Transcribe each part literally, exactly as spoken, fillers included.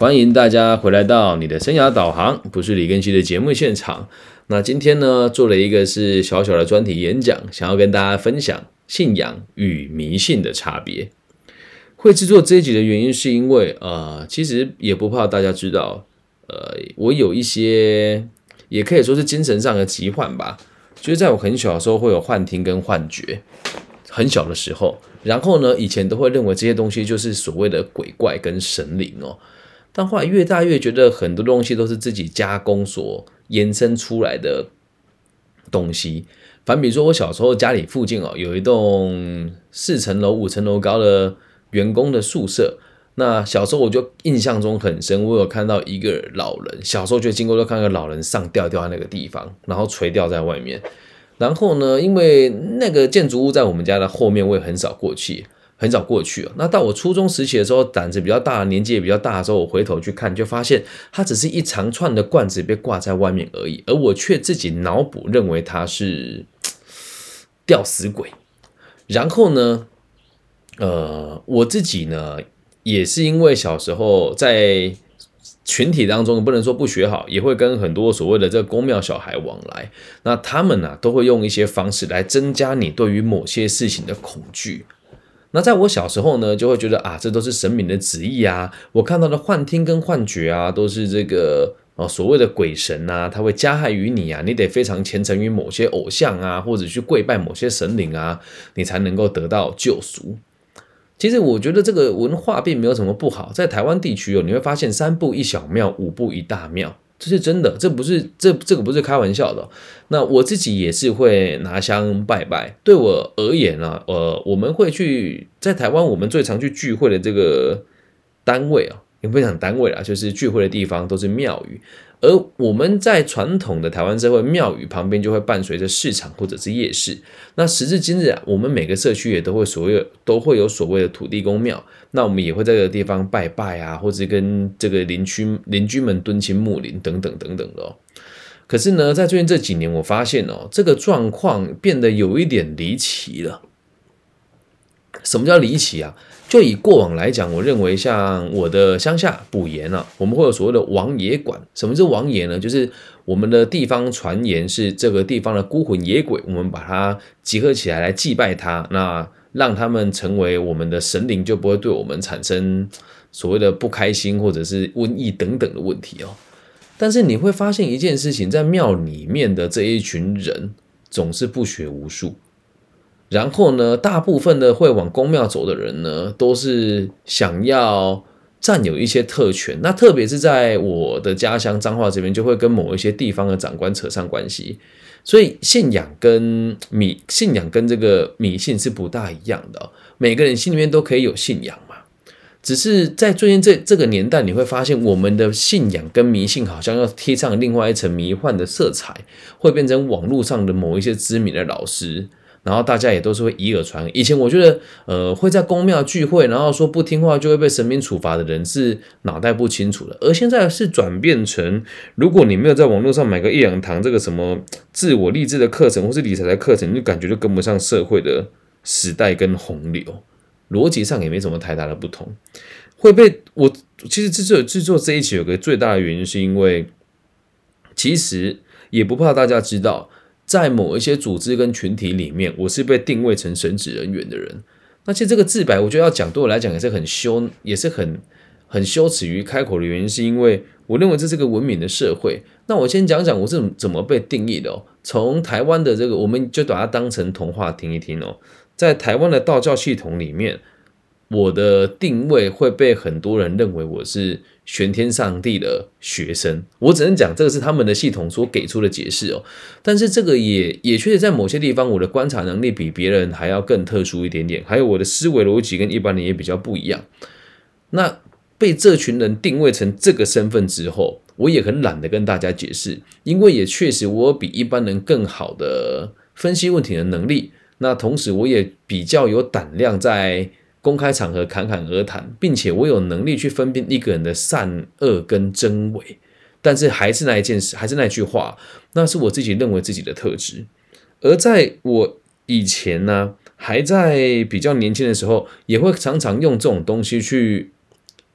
欢迎大家回来到你的生涯导航，不是李根熙的节目现场。那今天呢，做了一个是小小的专题演讲，想要跟大家分享信仰与迷信的差别。会制作这一集的原因是因为，呃，其实也不怕大家知道，呃，我有一些也可以说是精神上的疾患吧，就是在我很小的时候会有幻听跟幻觉，很小的时候，然后呢，以前都会认为这些东西就是所谓的鬼怪跟神灵哦。但后来越大越觉得很多东西都是自己加工所延伸出来的东西。反比如说我小时候家里附近哦有一栋四层楼五层楼高的员工的宿舍，那小时候我就印象中很深，我有看到一个老人，小时候就经过就看到老人上吊吊在那个地方，然后垂吊在外面。然后呢，因为那个建筑物在我们家的后面，我也很少过去。很少过去哦。那到我初中时期的时候，胆子比较大，年纪也比较大的时候，我回头去看，就发现它只是一长串的罐子被挂在外面而已，而我却自己脑补认为它是吊死鬼。然后呢，呃，我自己呢，也是因为小时候在群体当中，不能说不学好，也会跟很多所谓的这个公庙小孩往来。那他们啊，都会用一些方式来增加你对于某些事情的恐惧。那在我小时候呢，就会觉得啊，这都是神明的旨意啊，我看到的幻听跟幻觉啊，都是这个哦所谓的鬼神啊，他会加害于你啊，你得非常虔诚于某些偶像啊，或者去跪拜某些神灵啊，你才能够得到救赎。其实我觉得这个文化并没有什么不好，在台湾地区哦，你会发现三步一小庙，五步一大庙。这是真的，这不是这这个不是开玩笑的哦。那我自己也是会拿香拜拜。对我而言啊，呃，我们会去在台湾，我们最常去聚会的这个单位啊，也不讲单位啦，就是聚会的地方都是庙宇。而我们在传统的台湾社会，庙宇旁边就会伴随着市场或者是夜市。那时至今日啊，我们每个社区也都会所谓都会有所谓的土地公庙，那我们也会在这个地方拜拜啊，或者跟这个邻居邻居们敦亲睦邻等等等等的哦。可是呢，在最近这几年，我发现哦，这个状况变得有一点离奇了。什么叫离奇啊？就以过往来讲，我认为像我的乡下埔盐啊，我们会有所谓的王爷馆。什么是王爷呢？就是我们的地方传言是这个地方的孤魂野鬼，我们把它集合起来来祭拜它，那让他们成为我们的神灵，就不会对我们产生所谓的不开心或者是瘟疫等等的问题哦。但是你会发现一件事情，在庙里面的这一群人总是不学无术。然后呢，大部分的会往公庙走的人呢，都是想要占有一些特权。那特别是在我的家乡彰化这边，就会跟某一些地方的长官扯上关系。所以信仰跟迷信仰跟这个迷信是不大一样的哦。每个人心里面都可以有信仰嘛，只是在最近这这个年代，你会发现我们的信仰跟迷信好像要贴上另外一层迷幻的色彩，会变成网络上的某一些知名的老师。然后大家也都是会以耳传。以前我觉得，呃，会在公庙聚会，然后说不听话就会被神明处罚的人是脑袋不清楚的，而现在是转变成，如果你没有在网络上买个一两堂这个什么自我励志的课程或是理财的课程，你就感觉就跟不上社会的时代跟洪流，逻辑上也没什么太大的不同。会被我其实制作制作这一期有个最大的原因，是因为其实也不怕大家知道。在某一些组织跟群体里面，我是被定位成神职人员的人。那其实这个自白，我觉得要讲，对我来讲也是很羞，也是很很羞耻于开口的原因，是因为我认为这是个文明的社会。那我先讲讲我是怎么被定义的哦。从台湾的这个，我们就把它当成童话听一听哦。在台湾的道教系统里面，我的定位会被很多人认为我是玄天上帝的学生，我只能讲这个是他们的系统所给出的解释哦。但是这个也也确实在某些地方，我的观察能力比别人还要更特殊一点点，还有我的思维逻辑跟一般人也比较不一样。那被这群人定位成这个身份之后，我也很懒得跟大家解释，因为也确实我有比一般人更好的分析问题的能力。那同时我也比较有胆量在公开场合侃侃而谈，并且我有能力去分辨一个人的善恶跟真伪。但是还是那一件事，还是那句话，那是我自己认为自己的特质。而在我以前呢，还在比较年轻的时候，也会常常用这种东西去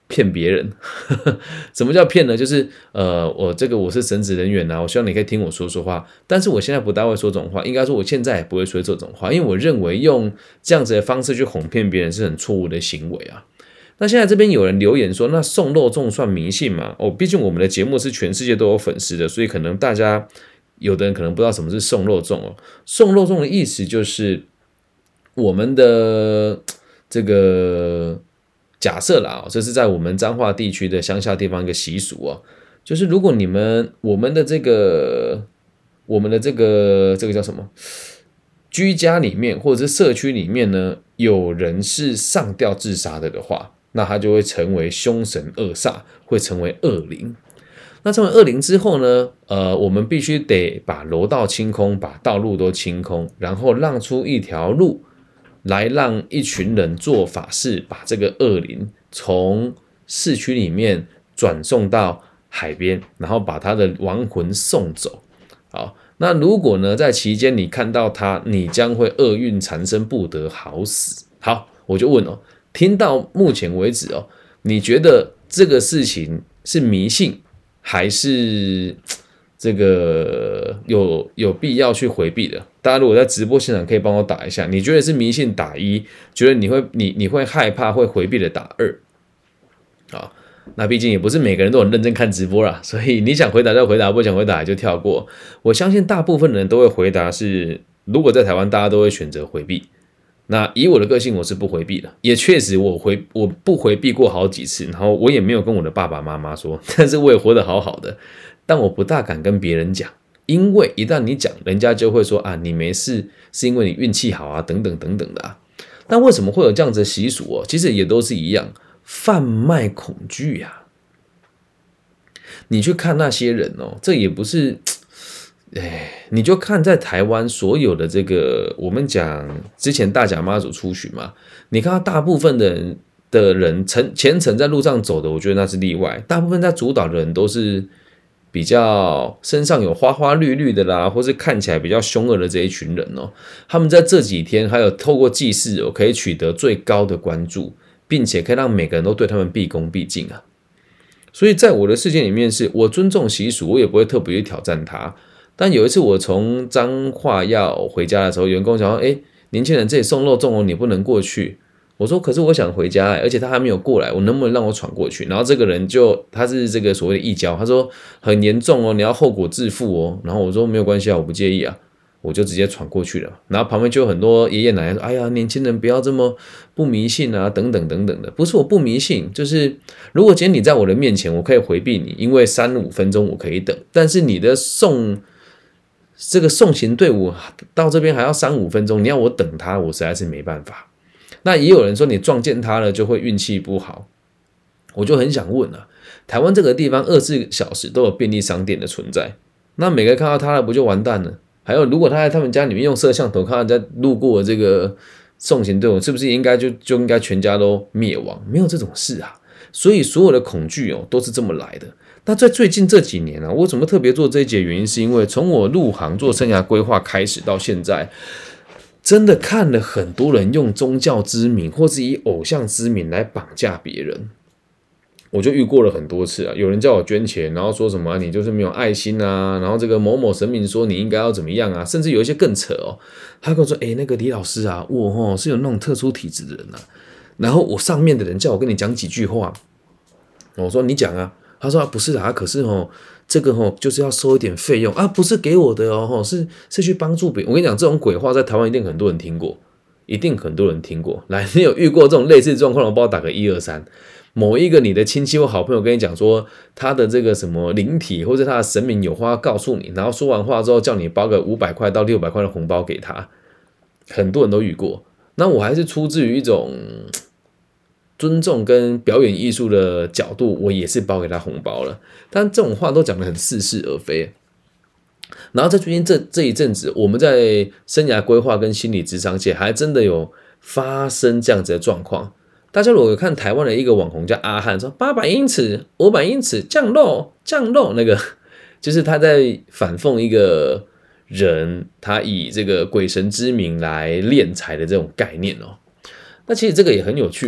骗别人。什么叫骗呢？就是呃，我这个我是神职人员啊，我希望你可以听我说说话，但是我现在不大会说这种话，应该说我现在也不会说这种话，因为我认为用这样子的方式去哄骗别人是很错误的行为啊。那现在这边有人留言说，那送肉粽算迷信吗？哦，毕竟我们的节目是全世界都有粉丝的，所以可能大家有的人可能不知道什么是送肉粽哦。送肉粽的意思就是我们的这个假设啦，这是在我们彰化地区的乡下地方一个习俗哦，就是如果你们我们的这个我们的这个这个叫什么？居家里面或者是社区里面呢，有人是上吊自杀的的话，那他就会成为凶神恶煞，会成为恶灵。那成为恶灵之后呢，呃，我们必须得把楼道清空，把道路都清空，然后让出一条路来让一群人做法事，把这个恶灵从市区里面转送到海边，然后把他的亡魂送走。好，那如果呢，在期间你看到他，你将会厄运缠身，不得好死。好，我就问哦，听到目前为止哦，你觉得这个事情是迷信，还是这个有有必要去回避的？大家如果在直播现场可以帮我打一下，你觉得是迷信打一，觉得你会你你会害怕会回避的打二。好。那毕竟也不是每个人都很认真看直播啦，所以你想回答就回答，不想回答就跳过。我相信大部分人都会回答是，如果在台湾，大家都会选择回避。那以我的个性，我是不回避的，也确实我回我不回避过好几次，然后我也没有跟我的爸爸妈妈说，但是我也活得好好的，但我不大敢跟别人讲，因为一旦你讲，人家就会说啊，你没事是因为你运气好啊，等等等等的啊。但为什么会有这样子的习俗哦？其实也都是一样。贩卖恐惧呀、啊！你去看那些人哦，这也不是，哎，你就看在台湾所有的这个，我们讲之前大甲妈祖出巡嘛，你看到大部分的人的人虔虔诚在路上走的，我觉得那是例外，大部分在主导的人都是比较身上有花花绿绿的啦，或是看起来比较凶恶的这一群人哦，他们在这几天还有透过祭祀哦，可以取得最高的关注。并且可以让每个人都对他们毕恭毕敬啊，所以在我的世界里面是，我尊重习俗，我也不会特别去挑战它。但有一次我从彰化要回家的时候，有人跟我讲说：“哎，年轻人这里送肉粽哦，你不能过去。”我说：“可是我想回家、欸，而且他还没有过来，我能不能让我闯过去？”然后这个人就他是这个所谓的异教，他说很严重哦，你要后果自负哦。然后我说没有关系啊，我不介意啊。我就直接闯过去了，然后旁边就有很多爷爷奶奶说：“哎呀，年轻人不要这么不迷信啊，等等等等的。”不是我不迷信，就是如果今天你在我的面前，我可以回避你，因为三五分钟我可以等。但是你的送这个送行队伍到这边还要三五分钟，你要我等他，我实在是没办法。那也有人说你撞见他了就会运气不好，我就很想问啊，台湾这个地方二十四小时都有便利商店的存在，那每个人看到他了不就完蛋了？还有，如果他在他们家里面用摄像头看到人家路过这个送行队伍，是不是应该就就应该全家都灭亡？没有这种事啊！所以所有的恐惧哦，都是这么来的。那在最近这几年啊，我怎么特别做这一节？原因是因为从我入行做生涯规划开始到现在，真的看了很多人用宗教之名或是以偶像之名来绑架别人。我就遇过了很多次啊，有人叫我捐钱，然后说什么、啊、你就是没有爱心啊，然后这个某某神明说你应该要怎么样啊，甚至有一些更扯哦，他跟我说，哎、欸，那个李老师啊，我哦是有那种特殊体质的人啊，然后我上面的人叫我跟你讲几句话，我说你讲啊，他说、啊、不是啊，可是哦这个哦就是要收一点费用啊，不是给我的哦，是是去帮助别人。我跟你讲，这种鬼话在台湾一定很多人听过，一定很多人听过。来，你有遇过这种类似状况的，帮我打个一二三。某一个你的亲戚或好朋友跟你讲说他的这个什么灵体或者他的神明有话要告诉你，然后说完话之后叫你包个五百块到六百块的红包给他，很多人都遇过。那我还是出自于一种尊重跟表演艺术的角度，我也是包给他红包了，但这种话都讲得很似是而非。然后在最近 这, 这一阵子，我们在生涯规划跟心理咨商界还真的有发生这样子的状况。大家如果有看台湾的一个网红叫阿汉，说八百英尺、五百英尺降落降落，那个就是他在反讽一个人，他以这个鬼神之名来敛财的这种概念哦。那其实这个也很有趣啊。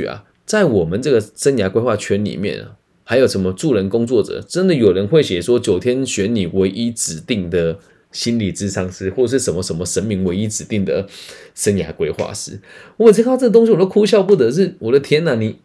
在我们这个生涯规划圈里面啊，还有什么助人工作者，真的有人会写说九天选你唯一指定的心理咨商师，或者是什么什么神明唯一指定的生涯规划师。我每次看到这个东西我都哭笑不得，是我的天哪，你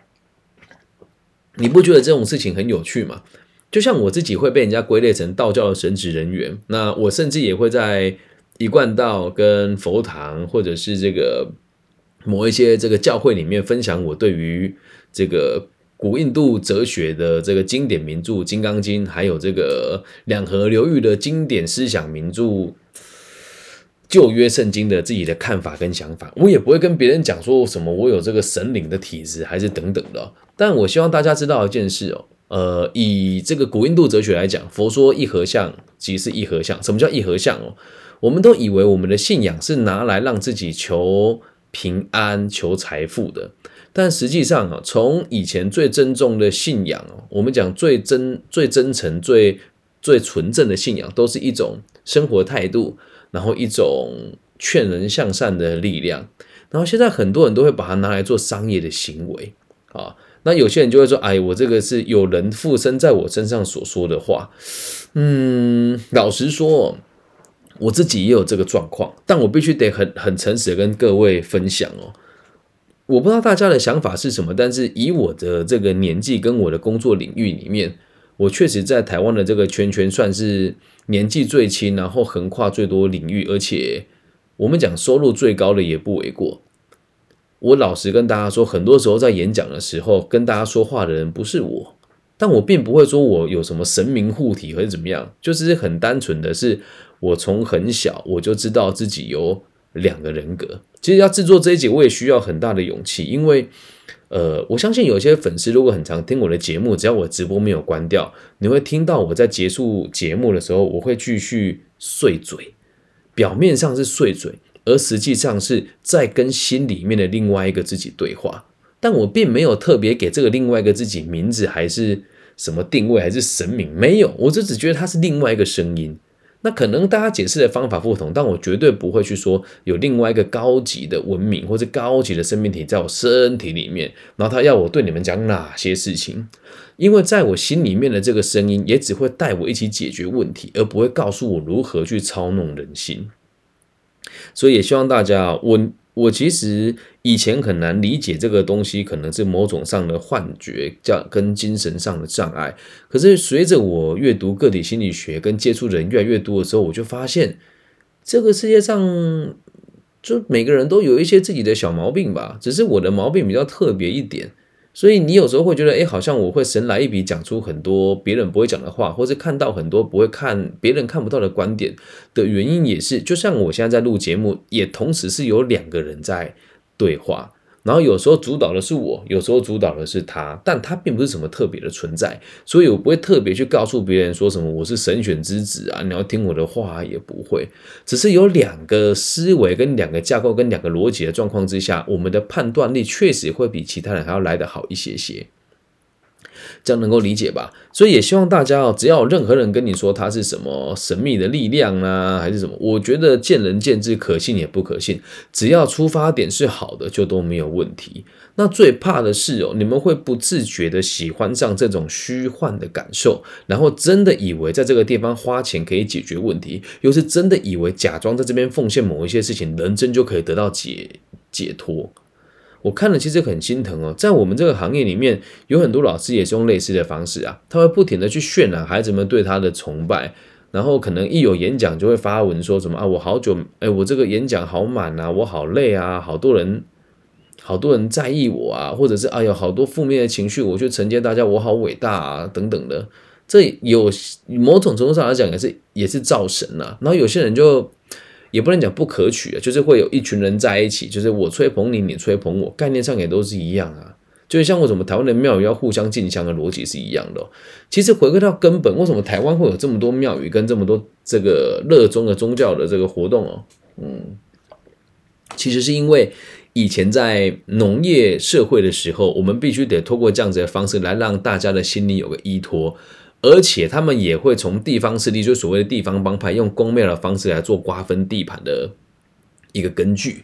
你不觉得这种事情很有趣吗？就像我自己会被人家归类成道教的神职人员，那我甚至也会在一贯道跟佛堂或者是这个某一些这个教会里面分享我对于这个古印度哲学的这个经典名著《金刚经》，还有这个两河流域的经典思想名著旧约圣经的自己的看法跟想法。我也不会跟别人讲说什么我有这个神灵的体质还是等等的，但我希望大家知道一件事哦，呃，以这个古印度哲学来讲，佛说一合相即是一合相。什么叫一合相哦？我们都以为我们的信仰是拿来让自己求平安、求财富的，但实际上啊，从以前最珍重的信仰哦，我们讲最真、最真诚、最最纯正的信仰，都是一种生活态度，然后一种劝人向善的力量。然后现在很多人都会把它拿来做商业的行为啊。那有些人就会说，哎，我这个是有人附身在我身上所说的话。嗯，老实说，我自己也有这个状况，但我必须得很很诚实的跟各位分享哦。我不知道大家的想法是什么，但是以我的这个年纪跟我的工作领域里面，我确实在台湾的这个圈圈算是年纪最轻，然后横跨最多领域，而且我们讲收入最高的也不为过。我老实跟大家说，很多时候在演讲的时候，跟大家说话的人不是我，但我并不会说我有什么神明护体或者怎么样，就是很单纯的是，我从很小我就知道自己有两个人格。其实要制作这一集，我也需要很大的勇气，因为呃，我相信有些粉丝如果很常听我的节目，只要我直播没有关掉，你会听到我在结束节目的时候，我会继续碎嘴，表面上是碎嘴，而实际上是在跟心里面的另外一个自己对话，但我并没有特别给这个另外一个自己名字，还是什么定位，还是神明，没有，我就只觉得它是另外一个声音。那可能大家解释的方法不同，但我绝对不会去说有另外一个高级的文明或者高级的生命体在我身体里面，然后他要我对你们讲哪些事情，因为在我心里面的这个声音也只会带我一起解决问题，而不会告诉我如何去操弄人心。所以也希望大家，我我其实以前很难理解这个东西，可能是某种上的幻觉跟精神上的障碍。可是随着我阅读个体心理学跟接触人越来越多的时候，我就发现这个世界上就每个人都有一些自己的小毛病吧，只是我的毛病比较特别一点。所以你有时候会觉得，哎，好像我会神来一笔讲出很多别人不会讲的话，或是看到很多不会看别人看不到的观点的原因，也是就像我现在在录节目，也同时是有两个人在对话，然后有时候主导的是我，有时候主导的是他，但他并不是什么特别的存在，所以我不会特别去告诉别人说什么我是神选之子啊，你要听我的话，也不会，只是有两个思维跟两个架构跟两个逻辑的状况之下，我们的判断力确实会比其他人还要来得好一些些。这样能够理解吧？所以也希望大家哦，只要有任何人跟你说他是什么神秘的力量啊，还是什么，我觉得见仁见智，可信也不可信，只要出发点是好的，就都没有问题。那最怕的是哦，你们会不自觉的喜欢上这种虚幻的感受，然后真的以为在这个地方花钱可以解决问题，又是真的以为假装在这边奉献某一些事情，人真就可以得到解解脱。我看了其实很心疼哦，在我们这个行业里面，有很多老师也是用类似的方式啊，他会不停的去渲染孩子们对他的崇拜，然后可能一有演讲就会发文说什么啊，我好久，哎，我这个演讲好满啊，我好累啊，好多人，好多人在意我啊，或者是哎呦好多负面的情绪，我去承接大家，我好伟大啊，等等的，这有某种程度上来讲也是也是造神啊，然后有些人就。也不能讲不可取啊，就是会有一群人在一起，就是我吹捧你，你吹捧我，概念上也都是一样啊。就是像为什么台湾的庙宇要互相进香的逻辑是一样的、哦。其实回归到根本，为什么台湾会有这么多庙宇跟这么多这个热衷的宗教的这个活动哦？嗯，其实是因为以前在农业社会的时候，我们必须得透过这样子的方式来让大家的心里有个依托。而且他们也会从地方势力，就所谓的地方帮派，用公庙的方式来做瓜分地盘的一个根据。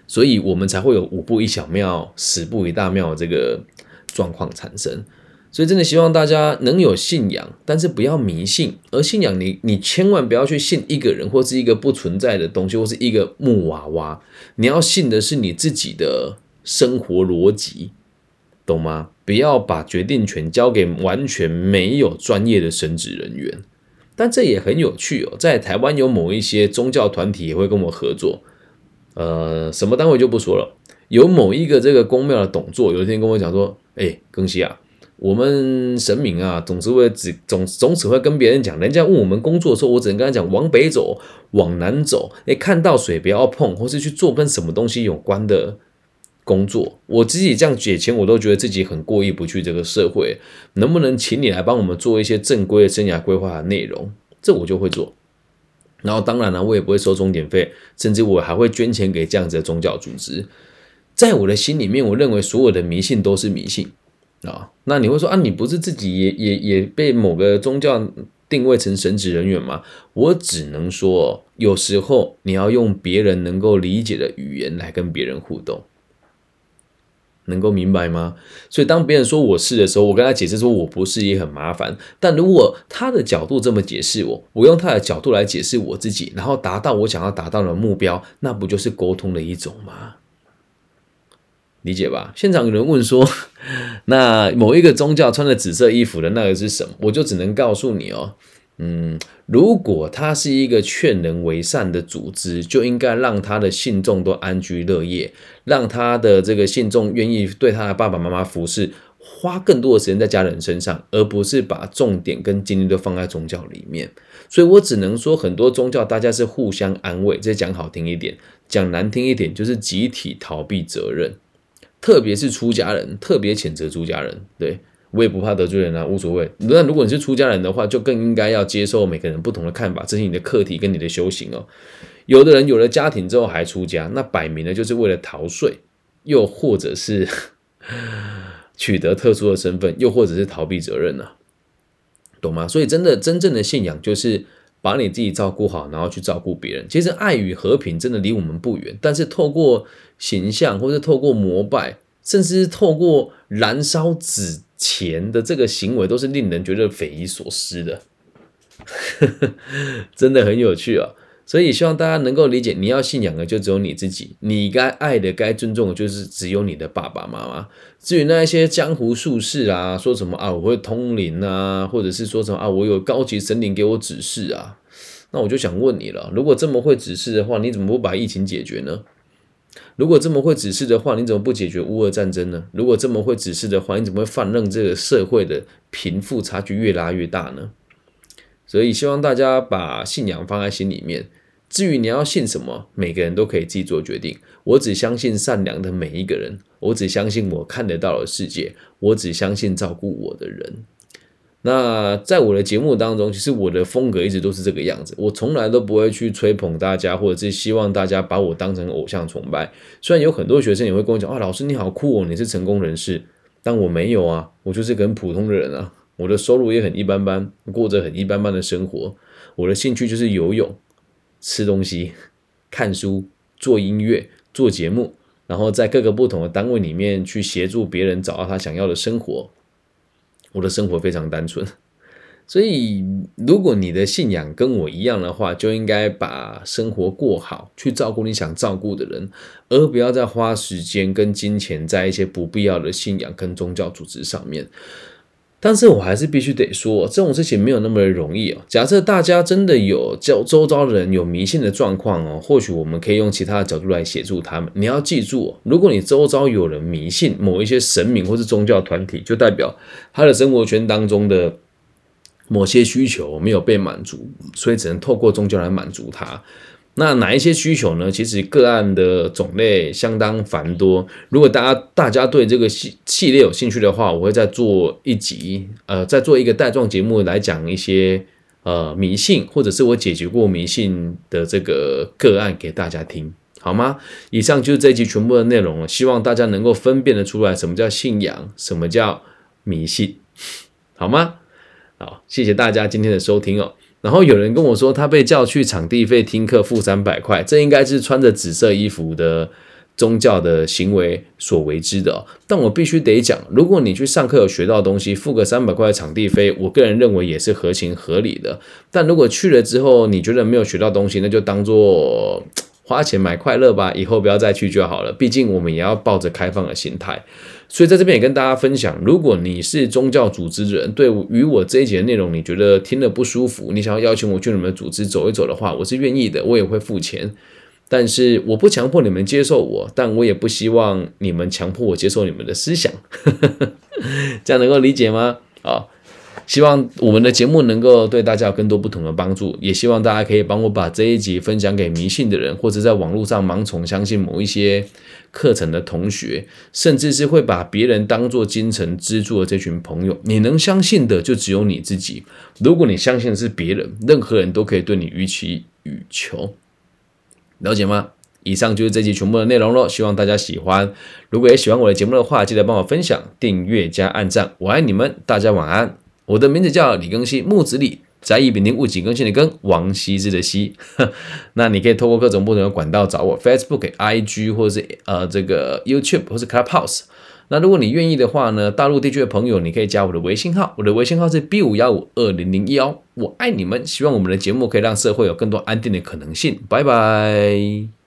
所以我们才会有五步一小庙，十步一大庙的这个状况产生。所以真的希望大家能有信仰，但是不要迷信。而信仰你，你千万不要去信一个人，或是一个不存在的东西，或是一个木娃娃。你要信的是你自己的生活逻辑，懂吗？不要把决定权交给完全没有专业的神职人员。但这也很有趣哦，在台湾有某一些宗教团体也会跟我合作，呃，什么单位就不说了。有某一个这个宫庙的董座，有一天跟我讲说：“哎，庚希啊。”我们神明啊，总是会只总总只会跟别人讲，人家问我们工作的时候，我只能跟他讲往北走，往南走，哎，看到水不要碰，或是去做跟什么东西有关的工作。我自己这样解签，我都觉得自己很过意不去这个社会，能不能请你来帮我们做一些正规的生涯规划的内容？这我就会做。然后当然了，我也不会收钟点费，甚至我还会捐钱给这样子的宗教组织。在我的心里面，我认为所有的迷信都是迷信。啊，那你会说啊，你不是自己也也也被某个宗教定位成神职人员吗？我只能说，有时候你要用别人能够理解的语言来跟别人互动，能够明白吗？所以当别人说我是的时候，我跟他解释说我不是也很麻烦。但如果他的角度这么解释我，我用他的角度来解释我自己，然后达到我想要达到的目标，那不就是沟通的一种吗？理解吧？现场有人问说，那某一个宗教穿着紫色衣服的那个是什么？我就只能告诉你哦，嗯，如果它是一个劝人为善的组织，就应该让他的信众都安居乐业，让他的这个信众愿意对他的爸爸妈妈服侍，花更多的时间在家人身上，而不是把重点跟精力都放在宗教里面。所以我只能说，很多宗教大家是互相安慰，这讲好听一点，讲难听一点就是集体逃避责任。特别是出家人，特别谴责出家人，对，我也不怕得罪人啊，无所谓。那如果你是出家人的话，就更应该要接受每个人不同的看法，这是你的课题跟你的修行哦。有的人有了家庭之后还出家，那摆明了就是为了逃税，又或者是取得特殊的身份，又或者是逃避责任啊，懂吗？所以真的真正的信仰就是把你自己照顾好，然后去照顾别人。其实爱与和平真的离我们不远，但是透过形象，或是透过膜拜，甚至是透过燃烧纸钱的这个行为，都是令人觉得匪夷所思的。真的很有趣啊！所以希望大家能够理解，你要信仰的就只有你自己，你该爱的、该尊重的，就是只有你的爸爸妈妈。至于那一些江湖术士啊，说什么啊我会通灵啊，或者是说什么啊我有高级神灵给我指示啊，那我就想问你了，如果这么会指示的话，你怎么不把疫情解决呢？如果这么会指示的话，你怎么不解决乌俄战争呢？如果这么会指示的话，你怎么会放任这个社会的贫富差距越拉越大呢？所以希望大家把信仰放在心里面。至于你要信什么，每个人都可以自己做决定。我只相信善良的每一个人，我只相信我看得到的世界，我只相信照顾我的人。那在我的节目当中，其实我的风格一直都是这个样子，我从来都不会去吹捧大家，或者是希望大家把我当成偶像崇拜。虽然有很多学生也会跟我讲啊，老师你好酷哦，你是成功人士，但我没有啊，我就是个很普通的人啊，我的收入也很一般般，过着很一般般的生活。我的兴趣就是游泳、吃东西、看书、做音乐、做节目，然后在各个不同的单位里面去协助别人找到他想要的生活。我的生活非常单纯，所以如果你的信仰跟我一样的话，就应该把生活过好，去照顾你想照顾的人，而不要再花时间跟金钱在一些不必要的信仰跟宗教组织上面。但是我还是必须得说，这种事情没有那么容易哦。假设大家真的有周遭的人有迷信的状况哦，或许我们可以用其他的角度来协助他们。你要记住哦，如果你周遭有人迷信某一些神明或是宗教团体，就代表他的生活圈当中的某些需求没有被满足，所以只能透过宗教来满足他。那哪一些需求呢？其实个案的种类相当繁多。如果大家大家对这个系系列有兴趣的话，我会再做一集，呃，再做一个带状节目来讲一些呃迷信，或者是我解决过迷信的这个个案给大家听，好吗？以上就是这一集全部的内容了，希望大家能够分辨得出来什么叫信仰，什么叫迷信，好吗？好，谢谢大家今天的收听哦。然后有人跟我说他被叫去场地费听课付三百块，这应该是穿着紫色衣服的宗教的行为所为之的、哦。但我必须得讲，如果你去上课有学到东西，付个三百块的场地费，我个人认为也是合情合理的。但如果去了之后你觉得没有学到东西，那就当做花钱买快乐吧，以后不要再去就好了。毕竟我们也要抱着开放的心态。所以在这边也跟大家分享，如果你是宗教组织的人，对于我这一节的内容你觉得听了不舒服，你想要邀请我去你们的组织走一走的话，我是愿意的，我也会付钱。但是我不强迫你们接受我，但我也不希望你们强迫我接受你们的思想。这样能够理解吗？好，希望我们的节目能够对大家有更多不同的帮助，也希望大家可以帮我把这一集分享给迷信的人，或者在网络上盲从相信某一些课程的同学，甚至是会把别人当作精神支柱的这群朋友。你能相信的就只有你自己，如果你相信的是别人，任何人都可以对你予取予求。了解吗？以上就是这集全部的内容了，希望大家喜欢。如果也喜欢我的节目的话，记得帮我分享、订阅加按赞。我爱你们，大家晚安。我的名字叫李庚希，木子李，宅乙丙丁戊己庚辛的庚，王羲之的羲。那你可以透过各种不同的管道找我 ，Facebook、I G 或者是呃这个 YouTube 或是 Clubhouse。那如果你愿意的话呢，大陆地区的朋友，你可以加我的微信号，我的微信号是 B 五一五二零零一。我爱你们，希望我们的节目可以让社会有更多安定的可能性。拜拜。